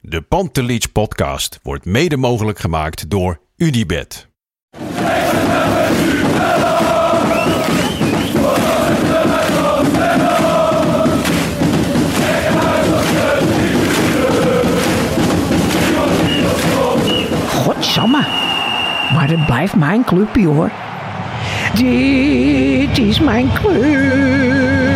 De Pantelich podcast wordt mede mogelijk gemaakt door UdiBet. Godsamme, maar het blijft mijn clubje hoor. Dit is mijn club.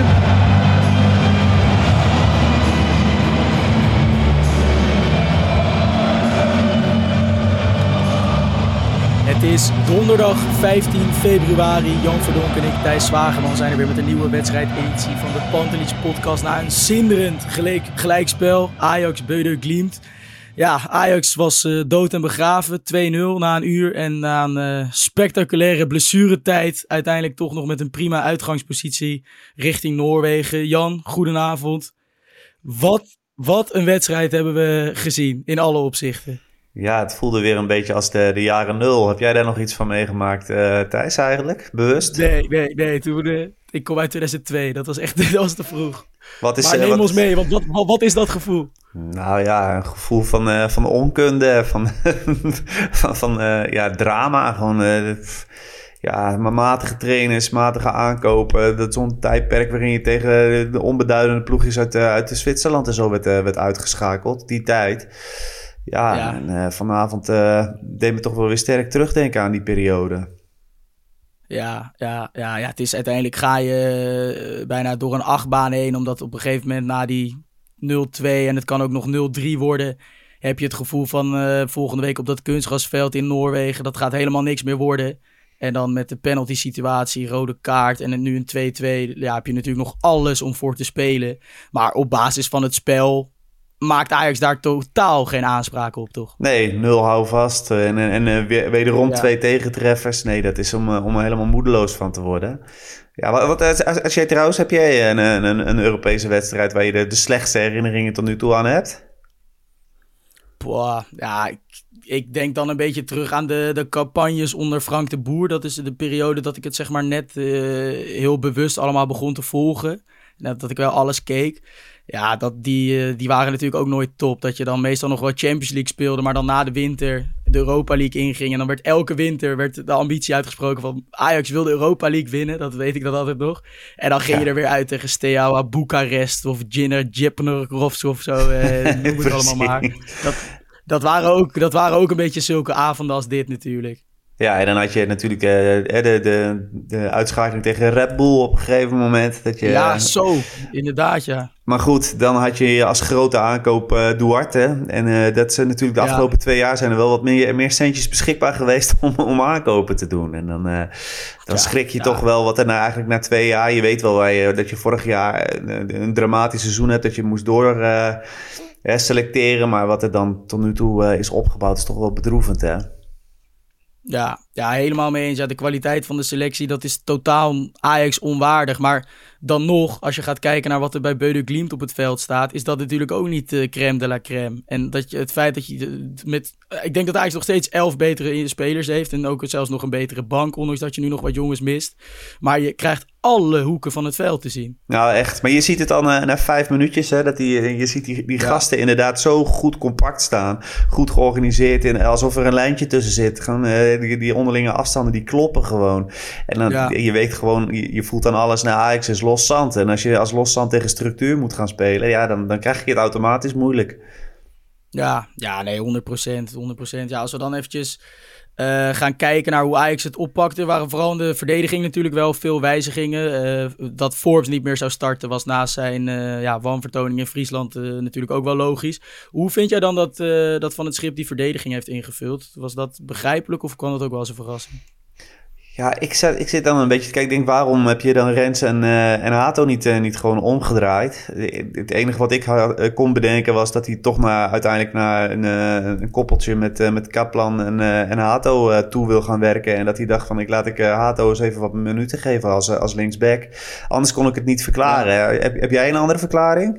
Het is donderdag 15 februari. Jan Verdonk en ik, Thijs Zwageman, zijn er weer met een nieuwe wedstrijdeditie van de Pantelich podcast. Na een zinderend gelijkspel. Ajax Beude Glimt. Ja, Ajax was dood en begraven. 2-0 na een uur. En na een spectaculaire blessuretijd uiteindelijk toch nog met een prima uitgangspositie richting Noorwegen. Jan, goedenavond. Wat een wedstrijd hebben we gezien in alle opzichten. Ja, het voelde weer een beetje als de jaren 0. Heb jij daar nog iets van meegemaakt, Thijs, eigenlijk? Bewust? Nee. Toen, ik kom uit 2002. Dat was te vroeg. Maar neem ons mee, want wat is dat gevoel? Nou ja, een gevoel van onkunde, van drama. Gewoon matige trainers, matige aankopen. Dat zo'n tijdperk waarin je tegen de onbeduidende ploegjes uit de Zwitserland en zo werd uitgeschakeld. Die tijd. Ja. En vanavond deed me toch wel weer sterk terugdenken aan die periode. Ja, het is uiteindelijk ga je bijna door een achtbaan heen, omdat op een gegeven moment na die 0-2 en het kan ook nog 0-3 worden, heb je het gevoel van volgende week op dat kunstgrasveld in Noorwegen, dat gaat helemaal niks meer worden. En dan met de penalty situatie, rode kaart en nu een 2-2, heb je natuurlijk nog alles om voor te spelen. Maar op basis van het spel maakt Ajax daar totaal geen aanspraak op, toch? Nee, 0 houvast en wederom 2 tegentreffers. Nee, dat is om helemaal moedeloos van te worden. Ja, als jij trouwens, heb jij een Europese wedstrijd waar je de slechtste herinneringen tot nu toe aan hebt? Ik denk dan een beetje terug aan de campagnes onder Frank de Boer. Dat is de periode dat ik het zeg maar net heel bewust allemaal begon te volgen. Dat ik wel alles keek. Ja, die waren natuurlijk ook nooit top. Dat je dan meestal nog wel Champions League speelde, maar dan na de winter de Europa League inging. En dan werd elke winter de ambitie uitgesproken van Ajax wil de Europa League winnen. Dat weet ik dat altijd nog. En dan ging je er weer uit tegen Steaua Boekarest of Djiner Djepnerovs of zo. Noem het allemaal maar. Dat waren ook een beetje zulke avonden als dit natuurlijk. Ja, en dan had je natuurlijk de uitschakeling tegen Red Bull op een gegeven moment. Ja, inderdaad, ja. Maar goed, dan had je als grote aankoop Duarte. En dat zijn natuurlijk de afgelopen 2 jaar zijn er wel wat meer centjes beschikbaar geweest om aankopen te doen. En dan schrik je toch wel wat er nou eigenlijk na 2 jaar. Je weet wel dat je vorig jaar een dramatisch seizoen hebt, dat je moest selecteren. Maar wat er dan tot nu toe is opgebouwd is toch wel bedroevend, hè? Ja, helemaal mee eens. Ja, de kwaliteit van de selectie, dat is totaal Ajax onwaardig. Maar dan nog, als je gaat kijken naar wat er bij Beude Glimt op het veld staat, is dat natuurlijk ook niet crème de la crème. En het feit dat je ik denk dat Ajax nog steeds 11 betere spelers heeft en ook zelfs nog een betere bank, ondanks dat je nu nog wat jongens mist. Maar je krijgt alle hoeken van het veld te zien. Nou, echt. Maar je ziet het al na 5 minuutjes, hè, dat je ziet die gasten inderdaad zo goed compact staan. Goed georganiseerd, alsof er een lijntje tussen zit. Gewoon, die onderlinge afstanden, die kloppen gewoon. En dan, je weet gewoon, je voelt dan alles naar Ajax is los zand. En als je als los zand tegen structuur moet gaan spelen, dan krijg je het automatisch moeilijk. Ja, nee, 100%. Ja, als we dan eventjes gaan kijken naar hoe Ajax het oppakte, waren vooral in de verdediging natuurlijk wel veel wijzigingen. Dat Forbes niet meer zou starten was naast zijn wanvertoning in Friesland natuurlijk ook wel logisch. Hoe vind jij dan dat Van het Schip die verdediging heeft ingevuld? Was dat begrijpelijk of kwam dat ook wel als een verrassing? Ja, ik zit dan een beetje te kijken. Ik denk, waarom heb je dan Rens en Hato niet gewoon omgedraaid? Het enige wat ik kon bedenken was dat hij toch uiteindelijk naar een koppeltje met Kaplan en Hato toe wil gaan werken. En dat hij dacht van, laat ik Hato eens even wat minuten geven als linksback. Anders kon ik het niet verklaren. Ja. Heb jij een andere verklaring?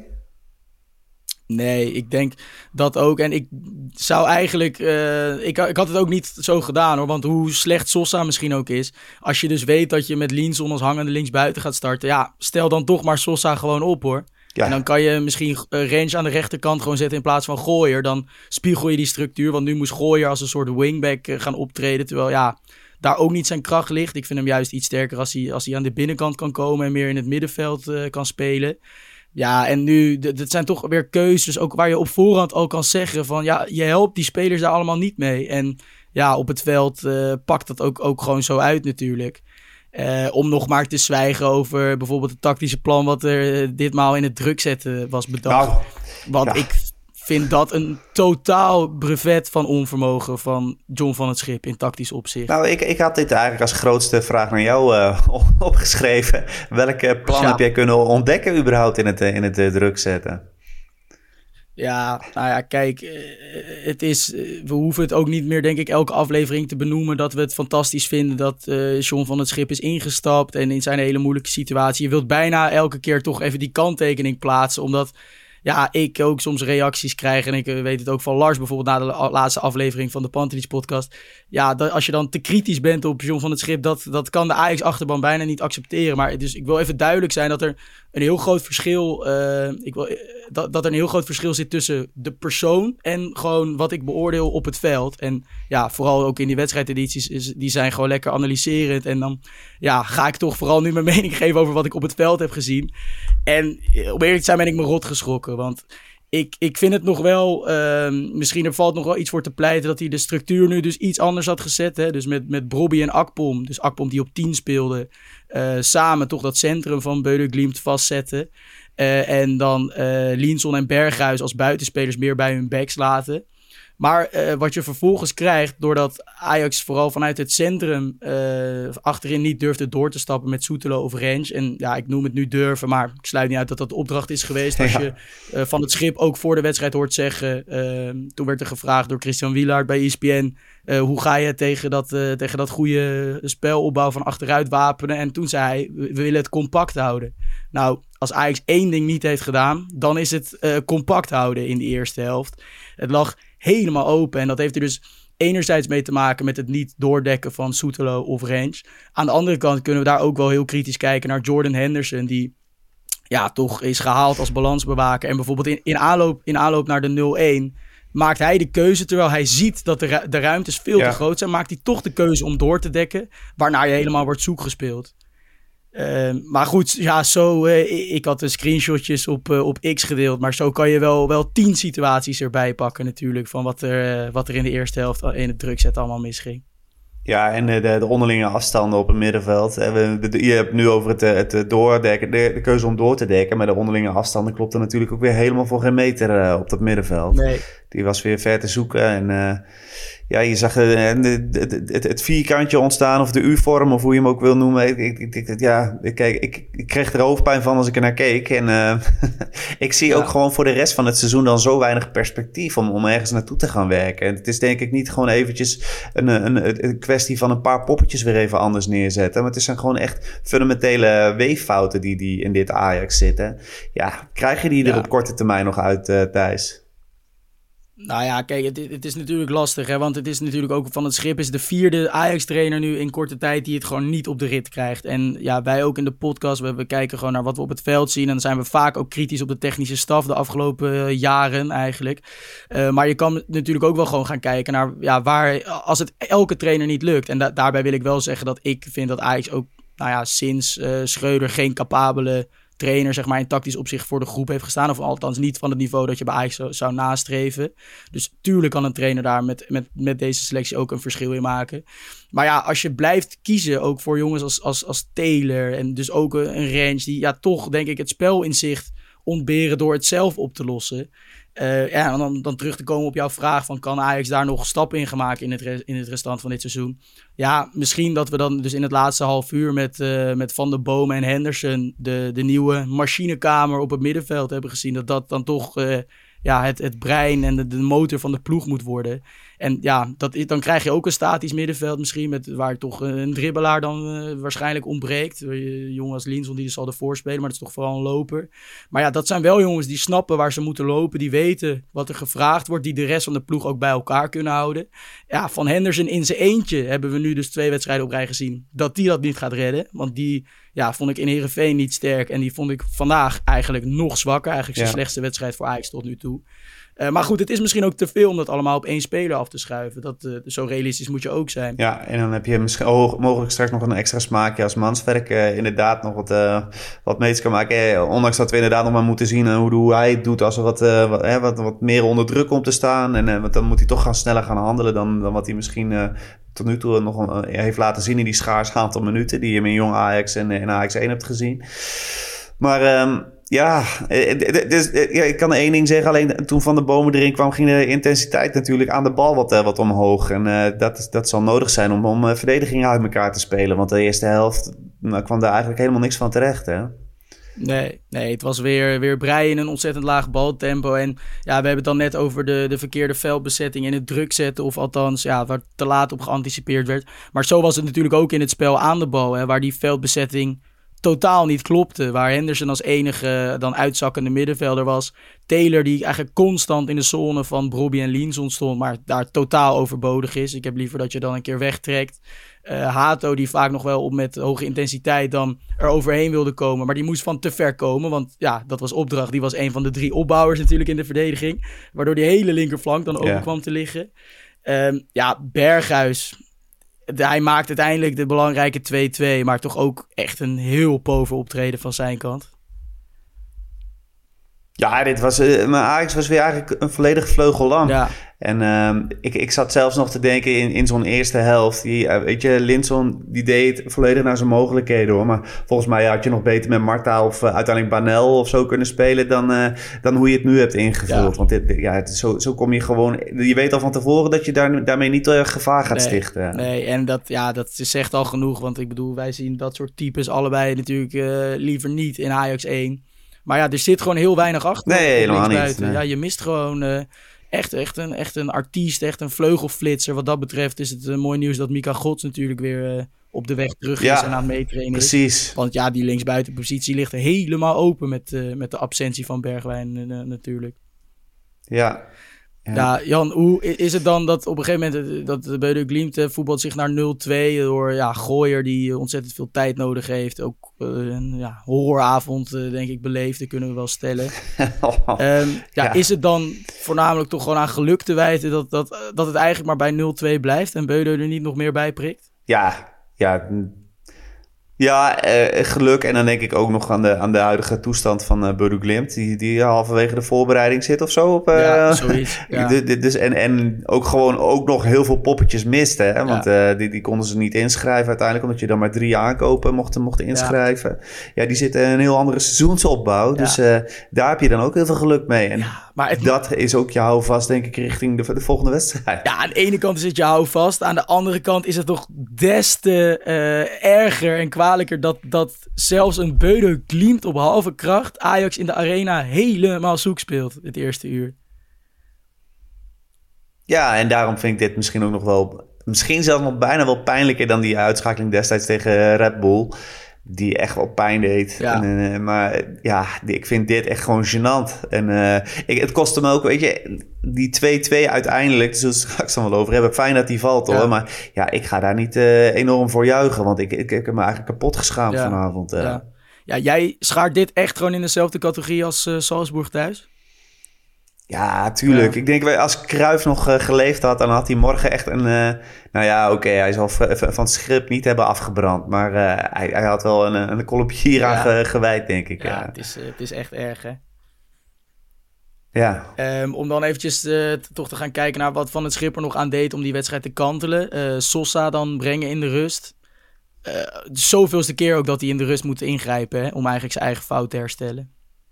Nee, ik denk dat ook. En ik zou eigenlijk... Ik had het ook niet zo gedaan, hoor. Want hoe slecht Sosa misschien ook is, als je dus weet dat je met Linson als hangende linksbuiten gaat starten, ja, stel dan toch maar Sosa gewoon op, hoor. Ja. En dan kan je misschien Range aan de rechterkant gewoon zetten in plaats van Gooier. Dan spiegel je die structuur. Want nu moest Gooier als een soort wingback gaan optreden. Terwijl daar ook niet zijn kracht ligt. Ik vind hem juist iets sterker als hij aan de binnenkant kan komen en meer in het middenveld kan spelen. Ja, en nu, dat zijn toch weer keuzes ook waar je op voorhand al kan zeggen van je helpt die spelers daar allemaal niet mee. En ja, op het veld pakt dat ook gewoon zo uit natuurlijk. Om nog maar te zwijgen over bijvoorbeeld het tactische plan wat er ditmaal in het druk zetten was bedacht. Nou, Want ik vind dat een totaal brevet van onvermogen van John van het Schip in tactisch opzicht. Nou, ik had dit eigenlijk als grootste vraag naar jou opgeschreven. Welke plan heb jij kunnen ontdekken überhaupt in het druk zetten? Ja, nou ja, kijk, we hoeven het ook niet meer, denk ik, elke aflevering te benoemen dat we het fantastisch vinden dat John van het Schip is ingestapt en in zijn hele moeilijke situatie. Je wilt bijna elke keer toch even die kanttekening plaatsen, omdat ik ook soms reacties krijg en ik weet het ook van Lars bijvoorbeeld na de laatste aflevering van de Pantelis podcast. Ja, als je dan te kritisch bent op John van het Schip, dat kan de Ajax-achterban bijna niet accepteren. Maar dus ik wil even duidelijk zijn dat er een heel groot verschil, dat er een heel groot verschil zit tussen de persoon en gewoon wat ik beoordeel op het veld. En ja, vooral ook in die wedstrijdedities, die zijn gewoon lekker analyserend. En dan ga ik toch vooral nu mijn mening geven over wat ik op het veld heb gezien. En om eerlijk te zijn ben ik me rot geschrokken. Want ik vind het nog wel, misschien er valt nog wel iets voor te pleiten dat hij de structuur nu dus iets anders had gezet. Hè? Dus met Brobby en Akpom, dus Akpom die op 10 speelde, samen toch dat centrum van Beude-Glimt vastzetten. En dan Linson en Berghuis als buitenspelers meer bij hun backs laten. Maar wat je vervolgens krijgt, doordat Ajax vooral vanuit het centrum achterin niet durfde door te stappen met Soetelo of Range. En ja, ik noem het nu durven, maar ik sluit niet uit dat dat de opdracht is geweest. Als je van het Schip ook voor de wedstrijd hoort zeggen, toen werd er gevraagd door Christian Wielaert bij ESPN, hoe ga je tegen dat goede spelopbouw van achteruit wapenen? En toen zei hij, we willen het compact houden. Nou, als Ajax één ding niet heeft gedaan, dan is het compact houden in de eerste helft. Het lag helemaal open en dat heeft er dus enerzijds mee te maken met het niet doordekken van Soetelo of Range. Aan de andere kant kunnen we daar ook wel heel kritisch kijken naar Jordan Henderson, die toch is gehaald als balansbewaker. En bijvoorbeeld in aanloop naar de 0-1 maakt hij de keuze, terwijl hij ziet dat de ruimtes veel te groot zijn, maakt hij toch de keuze om door te dekken, waarna je helemaal wordt zoek gespeeld. Maar goed, ik had de screenshotjes op X gedeeld, maar zo kan je wel 10 situaties erbij pakken natuurlijk, van wat er in de eerste helft in het drukzet allemaal misging. Ja, en de onderlinge afstanden op het middenveld. Je hebt nu over het doordekken, de keuze om door te dekken, maar de onderlinge afstanden klopt er natuurlijk ook weer helemaal voor geen meter op dat middenveld. Nee. Die was weer ver te zoeken en je zag het vierkantje ontstaan of de U-vorm of hoe je hem ook wil noemen. Ik kreeg er hoofdpijn van als ik er naar keek. En ik zie ook gewoon voor de rest van het seizoen dan zo weinig perspectief om ergens naartoe te gaan werken. En het is denk ik niet gewoon eventjes een kwestie van een paar poppetjes weer even anders neerzetten. Maar het zijn gewoon echt fundamentele weeffouten die in dit Ajax zitten. Ja, krijg je die er op korte termijn nog uit, Thijs? Nou ja, kijk, het is natuurlijk lastig, hè, want het is natuurlijk ook van het Schip is de 4e Ajax-trainer nu in korte tijd die het gewoon niet op de rit krijgt. En ja, wij ook in de podcast, we kijken gewoon naar wat we op het veld zien en dan zijn we vaak ook kritisch op de technische staf de afgelopen jaren eigenlijk. Maar je kan natuurlijk ook wel gewoon gaan kijken naar waar, als het elke trainer niet lukt. En daarbij wil ik wel zeggen dat ik vind dat Ajax ook, sinds Schreuder geen capabele trainer, zeg maar, in tactisch opzicht voor de groep heeft gestaan. Of althans niet van het niveau dat je bij Ajax zou nastreven. Dus tuurlijk kan een trainer daar met deze selectie ook een verschil in maken. Maar ja, als je blijft kiezen, ook voor jongens als Taylor en dus ook een Range, die toch, denk ik, het spel in zicht ontberen door het zelf op te lossen. Dan terug te komen op jouw vraag van kan Ajax daar nog stappen in gaan maken in het restant van dit seizoen? Ja, misschien dat we dan dus in het laatste half uur met Van der Boom en Henderson de nieuwe machinekamer op het middenveld hebben gezien. Dat dan toch het brein en de motor van de ploeg moet worden. En ja, dan krijg je ook een statisch middenveld misschien, waar toch een dribbelaar dan waarschijnlijk ontbreekt. Jongen als Linson die zal ervoor spelen, maar dat is toch vooral een loper. Maar ja, dat zijn wel jongens die snappen waar ze moeten lopen, die weten wat er gevraagd wordt, die de rest van de ploeg ook bij elkaar kunnen houden. Ja, van Henderson in zijn eentje hebben we nu dus 2 wedstrijden op rij gezien, dat die dat niet gaat redden. Want die vond ik in Heerenveen niet sterk. En die vond ik vandaag eigenlijk nog zwakker. Eigenlijk zijn slechtste wedstrijd voor Ajax tot nu toe. Maar goed, het is misschien ook te veel om dat allemaal op één speler af te schuiven. Zo realistisch moet je ook zijn. Ja, en dan heb je misschien mogelijk straks nog een extra smaakje als Manswerk inderdaad nog wat mee kan maken. Ondanks dat we inderdaad nog maar moeten zien hoe hij het doet als er wat meer onder druk komt te staan. Want dan moet hij toch sneller gaan handelen dan wat hij misschien tot nu toe nog heeft laten zien in die schaars aantal minuten die je in jong Ajax en Ajax 1 hebt gezien. Maar... ik kan één ding zeggen. Alleen toen Van der Bomen erin kwam, ging de intensiteit natuurlijk aan de bal wat omhoog. En dat zal nodig zijn om verdedigingen uit elkaar te spelen. Want de eerste helft kwam daar eigenlijk helemaal niks van terecht, hè? Nee, het was weer breien in een ontzettend laag baltempo. En we hebben het dan net over de verkeerde veldbezetting in het druk zetten. Of althans, waar te laat op geanticipeerd werd. Maar zo was het natuurlijk ook in het spel aan de bal, hè, waar die veldbezetting totaal niet klopte. Waar Henderson als enige dan uitzakkende middenvelder was. Taylor die eigenlijk constant in de zone van Brobbey en Linson stond, maar daar totaal overbodig is. Ik heb liever dat je dan een keer wegtrekt. Hato die vaak nog wel met hoge intensiteit dan er overheen wilde komen, maar die moest van te ver komen, want dat was opdracht. Die was een van de 3 opbouwers natuurlijk in de verdediging, waardoor die hele linkerflank dan open kwam te liggen. Berghuis, hij maakt uiteindelijk de belangrijke 2-2, maar toch ook echt een heel pover optreden van zijn kant. Ja, dit was... maar Ajax was weer eigenlijk een volledige vleugel lang. Ja. En ik zat zelfs nog te denken in zo'n eerste helft. Linson die deed het volledig naar zijn mogelijkheden, hoor. Maar volgens mij had je nog beter met Marta of uiteindelijk Banel of zo kunnen spelen dan hoe je het nu hebt ingevuld. Ja. Want zo kom je gewoon... Je weet al van tevoren dat je daarmee niet gevaar gaat stichten. Nee, en dat zegt al genoeg. Want ik bedoel, wij zien dat soort types allebei natuurlijk liever niet in Ajax 1. Maar er zit gewoon heel weinig achter. Nee, helemaal niet. Nee. Ja, je mist gewoon echt een artiest, echt een vleugelflitser. Wat dat betreft is het mooi nieuws dat Mika Gods natuurlijk weer op de weg terug is en aan het meetrainen is. Precies. Want die linksbuitenpositie ligt helemaal open met de absentie van Bergwijn natuurlijk. Ja. Ja, Jan, hoe is het dan dat op een gegeven moment dat de Bode Glimt voetbalt zich naar 0-2 door Gooier die ontzettend veel tijd nodig heeft. Ook een horroravond denk ik beleefd, dat kunnen we wel stellen. Is het dan voornamelijk toch gewoon aan geluk te wijten dat het eigenlijk maar bij 0-2 blijft en Bode er niet nog meer bij prikt? Ja, geluk. En dan denk ik ook nog aan de huidige toestand van Bode Glimt. Die halverwege de voorbereiding zit of zo. Zoiets. Ja. Dus, en ook nog heel veel poppetjes miste. Hè? Want die konden ze niet inschrijven uiteindelijk. Omdat je dan maar 3 aankopen mocht inschrijven. Ja, die zitten in een heel andere seizoensopbouw. Ja. Dus daar heb je dan ook heel veel geluk mee. En maar dat is ook je houvast, denk ik, richting de volgende wedstrijd. Ja, aan de ene kant is het je houvast. Aan de andere kant is het toch des te erger en kwalijker dat zelfs een Bode Glimt op halve kracht Ajax in de arena helemaal zoek speelt het eerste uur. Ja, en daarom vind ik dit misschien ook nog wel... Misschien zelfs nog bijna wel pijnlijker dan die uitschakeling destijds tegen Red Bull. Die echt wel pijn deed. Ja. Maar ik vind dit echt gewoon gênant. En het kostte me ook, weet je, die 2-2 uiteindelijk, daar zullen we het straks dan wel over hebben. Fijn dat die valt, hoor. Maar ik ga daar niet enorm voor juichen. Want ik heb me eigenlijk kapot geschaamd vanavond. Ja, jij schaart dit echt gewoon in dezelfde categorie als Salzburg thuis? Ja, tuurlijk. Ja. Ik denk, als Cruijff nog geleefd had, dan had hij morgen echt een... hij zal van het schip niet hebben afgebrand. Maar hij had wel een kolompje hieraan gewijd, denk ik. Ja, het is echt erg, hè? Ja. Om dan eventjes toch te gaan kijken naar wat Van het Schip er nog aan deed om die wedstrijd te kantelen. Sosa dan brengen in de rust. Zoveelste keer ook dat hij in de rust moet ingrijpen, hè, om eigenlijk zijn eigen fout te herstellen.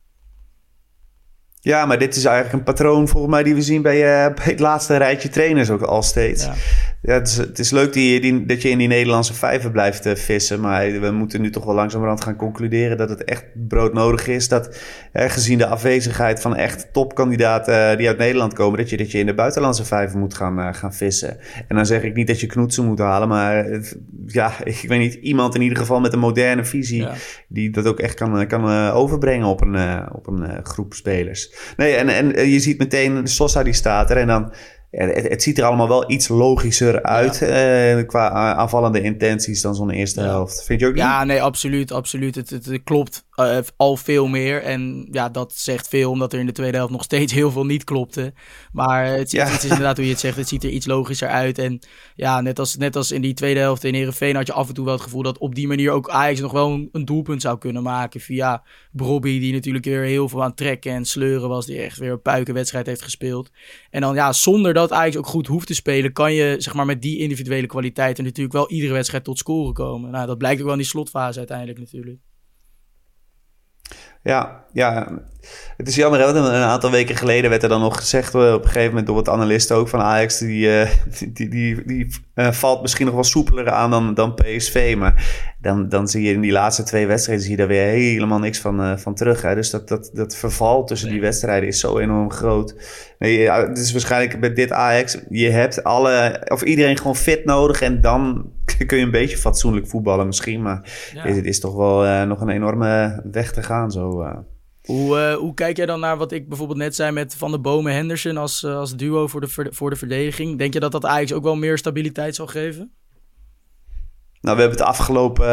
Ja, maar dit is eigenlijk een patroon volgens mij die we zien bij het laatste rijtje trainers ook al steeds. Ja, het is leuk dat je in die Nederlandse vijver blijft vissen. Maar we moeten nu toch wel langzamerhand gaan concluderen dat het echt broodnodig is. Dat gezien de afwezigheid van echt topkandidaten die uit Nederland komen, dat je in de buitenlandse vijver moet gaan vissen. En dan zeg ik niet dat je Knoetsen moet halen. Maar ik weet niet, iemand in ieder geval met een moderne visie die dat ook echt kan overbrengen op een groep spelers. Nee, en je ziet meteen Sosa die staat er en dan... het ziet er allemaal wel iets logischer uit qua aanvallende intenties dan zo'n eerste helft. Vind je ook niet? Ja, nee, absoluut. Het klopt al veel meer. En ja, dat zegt veel, omdat er in de tweede helft nog steeds heel veel niet klopte. Maar het is inderdaad hoe je het zegt, het ziet er iets logischer uit. En ja, net als in die tweede helft in Heerenveen had je af en toe wel het gevoel dat op die manier ook Ajax nog wel een doelpunt zou kunnen maken. Via Brobbey, die natuurlijk weer heel veel aan het trekken en sleuren was, die echt weer een puikenwedstrijd heeft gespeeld. En dan zonder dat Ajax ook goed hoeft te spelen, kan je zeg maar met die individuele kwaliteiten natuurlijk wel iedere wedstrijd tot scoren komen. Nou, dat blijkt ook wel in die slotfase uiteindelijk natuurlijk. Ja, het is jammer, hè? Een aantal weken geleden werd er dan nog gezegd op een gegeven moment door wat analisten ook van Ajax, die valt misschien nog wel soepeler aan dan PSV, maar dan zie je in die laatste 2 wedstrijden zie je daar weer helemaal niks van terug. Hè? Dus dat verval tussen die wedstrijden is zo enorm groot. Nee, het is waarschijnlijk bij dit Ajax, je hebt iedereen gewoon fit nodig en dan kun je een beetje fatsoenlijk voetballen misschien, maar het is toch wel nog een enorme weg te gaan zo. Hoe kijk jij dan naar wat ik bijvoorbeeld net zei met Van der Boom en Henderson als duo voor de verdediging? Denk je dat Ajax ook wel meer stabiliteit zal geven? Nou, we hebben het afgelopen...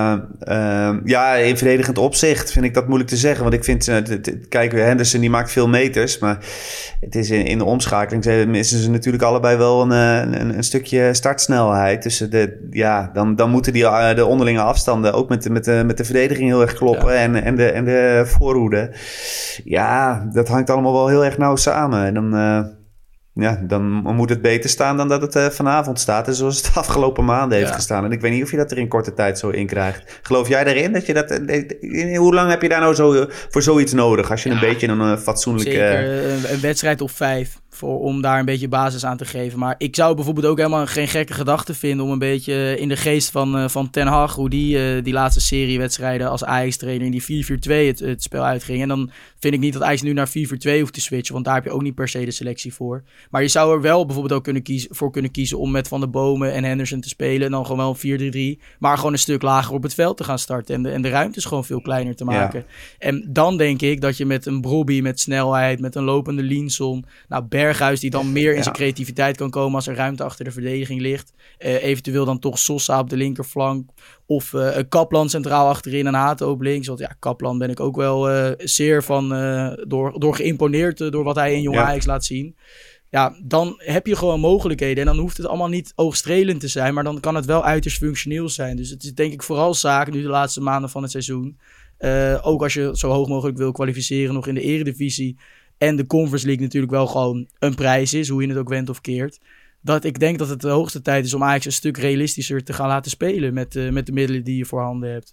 in verdedigend opzicht vind ik dat moeilijk te zeggen. Want ik vind... Kijk, Henderson die maakt veel meters. Maar het is in de omschakeling missen ze natuurlijk allebei wel een stukje startsnelheid. Dus dan moeten de onderlinge afstanden ook met de verdediging heel erg kloppen. Ja. En de voorhoede. Ja, dat hangt allemaal wel heel erg nauw samen. En dan moet het beter staan dan dat het vanavond staat. En zoals het de afgelopen maanden heeft gestaan. En ik weet niet of je dat er in korte tijd zo in krijgt. Geloof jij daarin? Dat je dat, hoe lang heb je daar nou voor zoiets nodig? Als je een beetje een fatsoenlijke... Zeker, een wedstrijd of 5. Om daar een beetje basis aan te geven. Maar ik zou bijvoorbeeld ook helemaal geen gekke gedachte vinden om een beetje in de geest van Ten Hag, hoe die laatste serie wedstrijden als Ajax-trainer in die 4-4-2 het spel uitging. En dan vind ik niet dat Ajax nu naar 4-4-2 hoeft te switchen, want daar heb je ook niet per se de selectie voor. Maar je zou er wel bijvoorbeeld ook kunnen kiezen om met Van der Bomen en Henderson te spelen en dan gewoon wel 4-3-3, maar gewoon een stuk lager op het veld te gaan starten en de ruimte is gewoon veel kleiner te maken. Ja. En dan denk ik dat je met een Brobbey met snelheid, met een lopende Linson, Berghuis die dan meer in zijn creativiteit kan komen als er ruimte achter de verdediging ligt. Eventueel dan toch Sosa op de linkerflank. Of Kaplan centraal achterin en Hato op links. Want Kaplan ben ik ook wel zeer van door geïmponeerd door wat hij in Jong Ajax laat zien. Ja, dan heb je gewoon mogelijkheden. En dan hoeft het allemaal niet oogstrelend te zijn. Maar dan kan het wel uiterst functioneel zijn. Dus het is denk ik vooral zaak nu de laatste maanden van het seizoen. Ook als je zo hoog mogelijk wil kwalificeren nog in de Eredivisie. En de Conference League natuurlijk wel gewoon een prijs is, hoe je het ook wendt of keert. Dat ik denk dat het de hoogste tijd is om Ajax een stuk realistischer te gaan laten spelen met de middelen die je voorhanden hebt.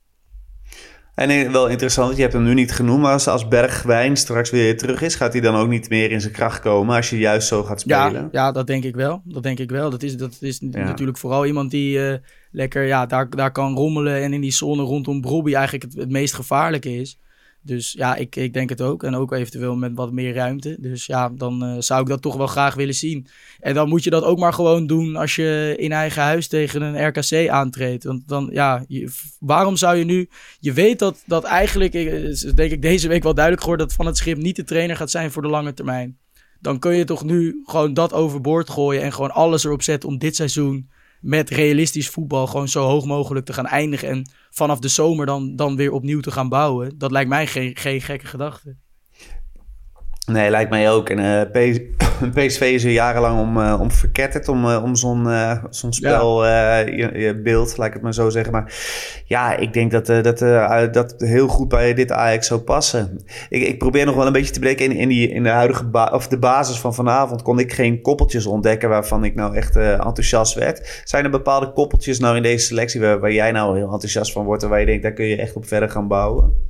En wel interessant, want je hebt hem nu niet genoemd, maar als Bergwijn straks weer terug is, gaat hij dan ook niet meer in zijn kracht komen als je juist zo gaat spelen? Ja, dat denk ik wel. Dat is natuurlijk vooral iemand die lekker daar kan rommelen en in die zone rondom Brobbey eigenlijk het meest gevaarlijke is. Dus ja, ik denk het ook. En ook eventueel met wat meer ruimte. Dus ja, dan zou ik dat toch wel graag willen zien. En dan moet je dat ook maar gewoon doen als je in eigen huis tegen een RKC aantreedt. Want dan, waarom zou je nu... Je weet dat eigenlijk, denk ik deze week wel duidelijk geworden, dat Van het Schip niet de trainer gaat zijn voor de lange termijn. Dan kun je toch nu gewoon dat overboord gooien en gewoon alles erop zetten om dit seizoen met realistisch voetbal gewoon zo hoog mogelijk te gaan eindigen. En vanaf de zomer dan weer opnieuw te gaan bouwen. Dat lijkt mij geen gekke gedachte. Nee, lijkt mij ook. En PSV is er jarenlang om verketterd, om zo'n spelbeeld, laat ik het maar zo zeggen. Maar ja, ik denk dat heel goed bij dit Ajax zou passen. Ik probeer nog wel een beetje te breken in de huidige de basis van vanavond kon ik geen koppeltjes ontdekken waarvan ik nou echt enthousiast werd. Zijn er bepaalde koppeltjes nou in deze selectie waar jij nou heel enthousiast van wordt en waar je denkt, daar kun je echt op verder gaan bouwen?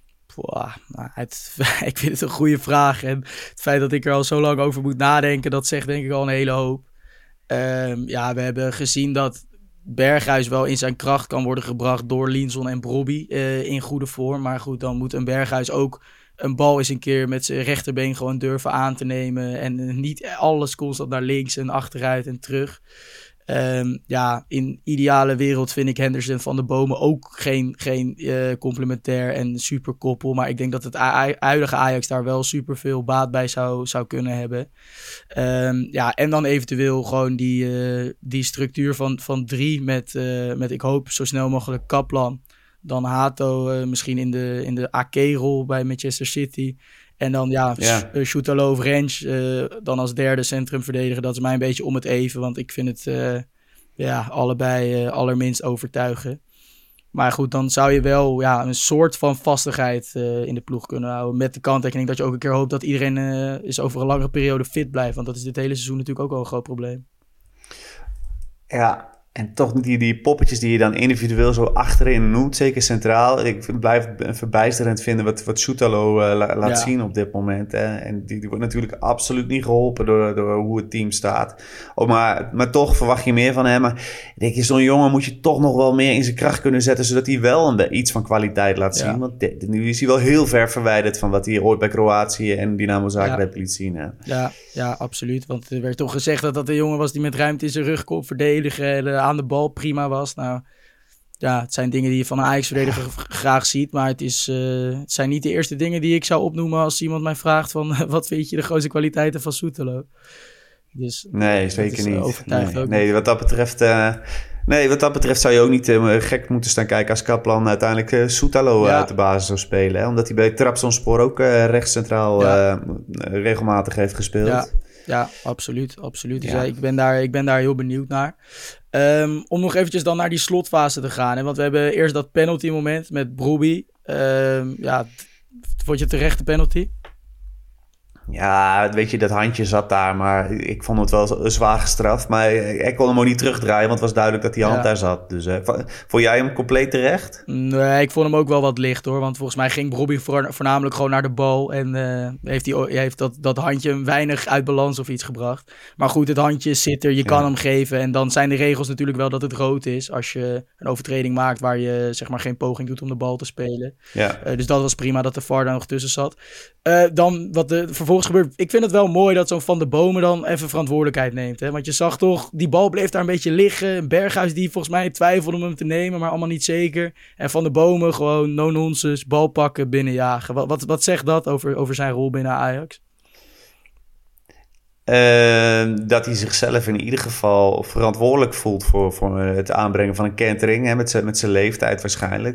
Ik vind het een goede vraag. En het feit dat ik er al zo lang over moet nadenken, dat zegt denk ik al een hele hoop. We hebben gezien dat Berghuis wel in zijn kracht kan worden gebracht door Linson en Brobbey in goede vorm. Maar goed, dan moet een Berghuis ook een bal eens een keer met zijn rechterbeen gewoon durven aan te nemen. En niet alles constant naar links en achteruit en terug. In ideale wereld vind ik Henderson Van de Bomen ook geen complementair en super koppel. Maar ik denk dat het huidige Ajax daar wel super veel baat bij zou kunnen hebben. En dan eventueel gewoon die structuur van 3 met ik hoop zo snel mogelijk Kaplan. Dan Hato misschien in de AK-rol bij Manchester City. En dan Soetalo of Rens dan als derde centrumverdediger. Dat is mij een beetje om het even. Want ik vind het allebei allerminst overtuigen. Maar goed, dan zou je wel een soort van vastigheid in de ploeg kunnen houden. Met de kanttekening dat je ook een keer hoopt dat iedereen is over een langere periode fit blijft. Want dat is dit hele seizoen natuurlijk ook wel een groot probleem. Ja, en toch die poppetjes die je dan individueel zo achterin noemt, zeker centraal. Ik blijf verbijsterend vinden wat Soetalo laat zien op dit moment. Hè. En die wordt natuurlijk absoluut niet geholpen door hoe het team staat. Maar toch verwacht je meer van hem. Maar denk je, zo'n jongen moet je toch nog wel meer in zijn kracht kunnen zetten, zodat hij wel iets van kwaliteit laat zien. Want nu is hij wel heel ver verwijderd van wat hij ooit bij Kroatië en Dynamo Zagreb liet zien. Hè. Ja, absoluut. Want er werd toch gezegd dat een jongen was die met ruimte in zijn rug kon verdedigen en aan de bal prima was. Nou, het zijn dingen die je van een Ajax-verdediger graag ziet, maar het zijn niet de eerste dingen die ik zou opnoemen als iemand mij vraagt van wat vind je de grootste kwaliteiten van Soetalo? Dus, nee, zeker niet. Nee, wat dat betreft zou je ook niet gek moeten staan kijken als Kaplan uiteindelijk Soetalo uit de basis zou spelen. Hè? Omdat hij bij Trabzonspor ook rechtscentraal regelmatig heeft gespeeld. Ja, absoluut. Dus ik ben daar heel benieuwd naar. Om nog eventjes dan naar die slotfase te gaan. Hè? Want we hebben eerst dat penalty moment met Brobbey. Vond je terecht de penalty? Ja, weet je, dat handje zat daar, maar ik vond het wel zwaar gestraft. Maar ik kon hem ook niet terugdraaien, want het was duidelijk dat die hand daar zat. Dus vond jij hem compleet terecht? Nee, ik vond hem ook wel wat licht hoor. Want volgens mij ging Brobbey voornamelijk gewoon naar de bal. En heeft dat handje een weinig uit balans of iets gebracht. Maar goed, het handje zit er, je kan hem geven. En dan zijn de regels natuurlijk wel dat het rood is als je een overtreding maakt waar je zeg maar geen poging doet om de bal te spelen. Ja. Dus dat was prima dat de VAR daar nog tussen zat. Dan wat vervolgens gebeurt. Ik vind het wel mooi dat zo'n Van de Bomen dan even verantwoordelijkheid neemt. Hè? Want je zag toch, die bal bleef daar een beetje liggen. Berghuis die volgens mij twijfelde om hem te nemen, maar allemaal niet zeker. En Van de Bomen gewoon no-nonsense, bal pakken, binnenjagen. Wat zegt dat over zijn rol binnen Ajax? Dat hij zichzelf in ieder geval verantwoordelijk voelt voor het aanbrengen van een kentering. Hè, met zijn leeftijd waarschijnlijk.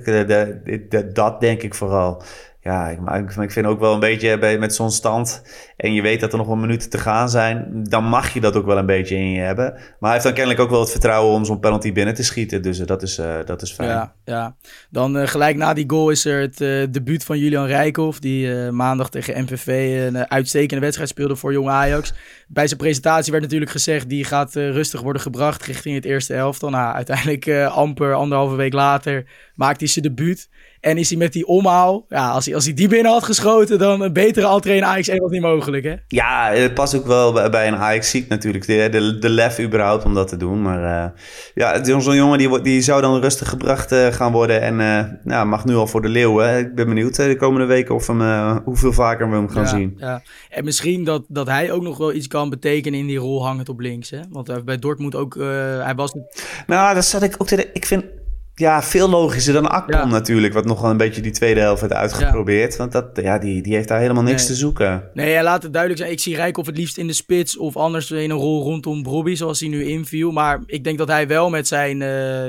Dat denk ik vooral. Ja, ik vind ook wel een beetje met zo'n stand en je weet dat er nog wel minuten te gaan zijn, dan mag je dat ook wel een beetje in je hebben. Maar hij heeft dan kennelijk ook wel het vertrouwen om zo'n penalty binnen te schieten, dus dat is fijn. Ja. Dan gelijk na die goal is er het debuut van Julian Rijkhoff, die maandag tegen MVV een uitstekende wedstrijd speelde voor Jong Ajax. Bij zijn presentatie werd natuurlijk gezegd, die gaat rustig worden gebracht richting het eerste elftal. Nou, uiteindelijk amper 1,5 week later maakt hij zijn debuut. En is hij met die omhaal, als hij die binnen had geschoten, dan een betere entree in Ajax 1 was niet mogelijk, hè? Ja, het past ook wel bij een Ajax-ziek natuurlijk. De lef überhaupt om dat te doen. Maar zo'n jongen die zou dan rustig gebracht gaan worden. En mag nu al voor de leeuwen. Ik ben benieuwd de komende weken hoeveel vaker we hem gaan zien. Ja. En misschien dat hij ook nog wel iets kan betekenen in die rol hangend op links, hè? Want bij Dortmund ook, hij was... Nou, dat zat ik ook ik vind... Ja, veel logischer dan Akpom natuurlijk, wat nog wel een beetje die tweede helft heeft uitgeprobeerd. Ja. Want die heeft daar helemaal niks te zoeken. Nee, laat het duidelijk zijn. Ik zie Rijkhoff het liefst in de spits of anders in een rol rondom Brobbey, zoals hij nu inviel. Maar ik denk dat hij wel met zijn,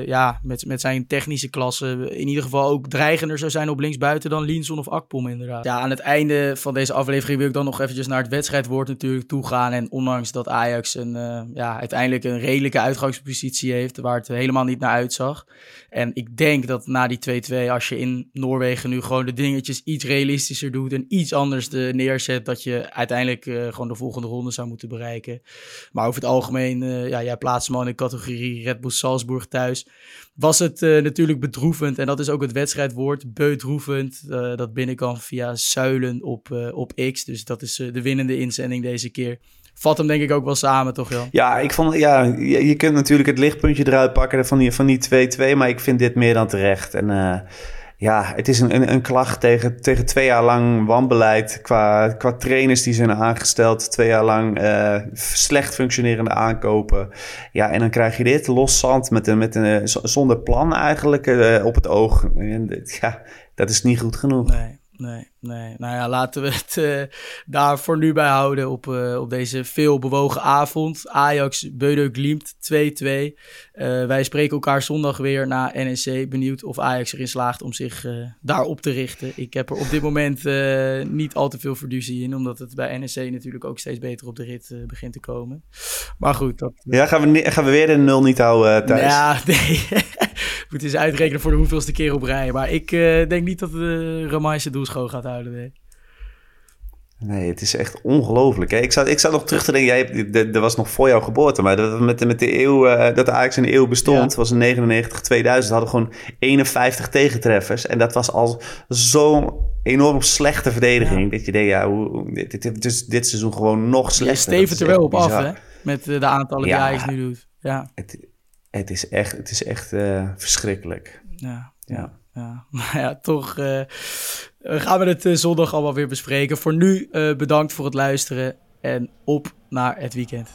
met zijn technische klasse in ieder geval ook dreigender zou zijn op linksbuiten dan Linson of Akpom inderdaad. Ja, aan het einde van deze aflevering wil ik dan nog eventjes naar het wedstrijdwoord natuurlijk toegaan. En ondanks dat Ajax uiteindelijk een redelijke uitgangspositie heeft, waar het helemaal niet naar uitzag. En ik denk dat na die 2-2, als je in Noorwegen nu gewoon de dingetjes iets realistischer doet en iets anders neerzet, dat je uiteindelijk gewoon de volgende ronde zou moeten bereiken. Maar over het algemeen, jij plaatst hem al in de categorie Red Bull Salzburg thuis. Was het natuurlijk bedroevend, en dat is ook het wedstrijdwoord, bedroevend. Dat binnenkwam via Zuilen op X, dus dat is de winnende inzending deze keer. Vat hem denk ik ook wel samen, toch Jan? Ja, ik vond, je kunt natuurlijk het lichtpuntje eruit pakken van die 2-2, maar ik vind dit meer dan terecht. En Ja, het is een klacht tegen 2 jaar lang wanbeleid qua trainers die zijn aangesteld. 2 jaar lang slecht functionerende aankopen. Ja, en dan krijg je dit los zand zonder plan eigenlijk op het oog. En, ja, dat is niet goed genoeg. Nee. Nou ja, laten we het daar voor nu bij houden op deze veel bewogen avond. Ajax, Bodo Glimt 2-2. Wij spreken elkaar zondag weer na NEC. Benieuwd of Ajax erin slaagt om zich daarop te richten. Ik heb er op dit moment niet al te veel fiducie in, omdat het bij NEC natuurlijk ook steeds beter op de rit begint te komen. Maar goed. Ja, gaan we weer de 0 niet houden, Thijs? Ja, nee. Moet eens uitrekenen voor de hoeveelste keer op rij. Maar ik denk niet dat de Ramai zijn doelschoon gaat houden. Nee, het is echt ongelooflijk. Hè? Ik zat nog terug te denken, dat was nog voor jouw geboorte, maar met de eeuw, dat de Ajax een eeuw bestond, was in 99-2000, hadden we gewoon 51 tegentreffers. En dat was al zo'n enorm slechte verdediging. Dat je denkt, dit seizoen gewoon nog slechter. Je stevend er wel op af, hè? Met de aantallen die Ajax nu doet. Ja. Het is echt verschrikkelijk. Ja. Maar ja, toch gaan we het zondag allemaal weer bespreken. Voor nu bedankt voor het luisteren en op naar het weekend.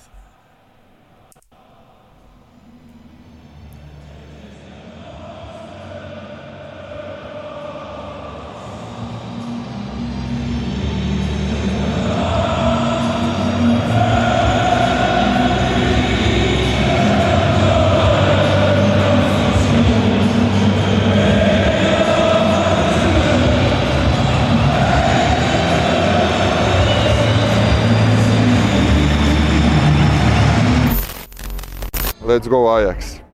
Let's go Ajax.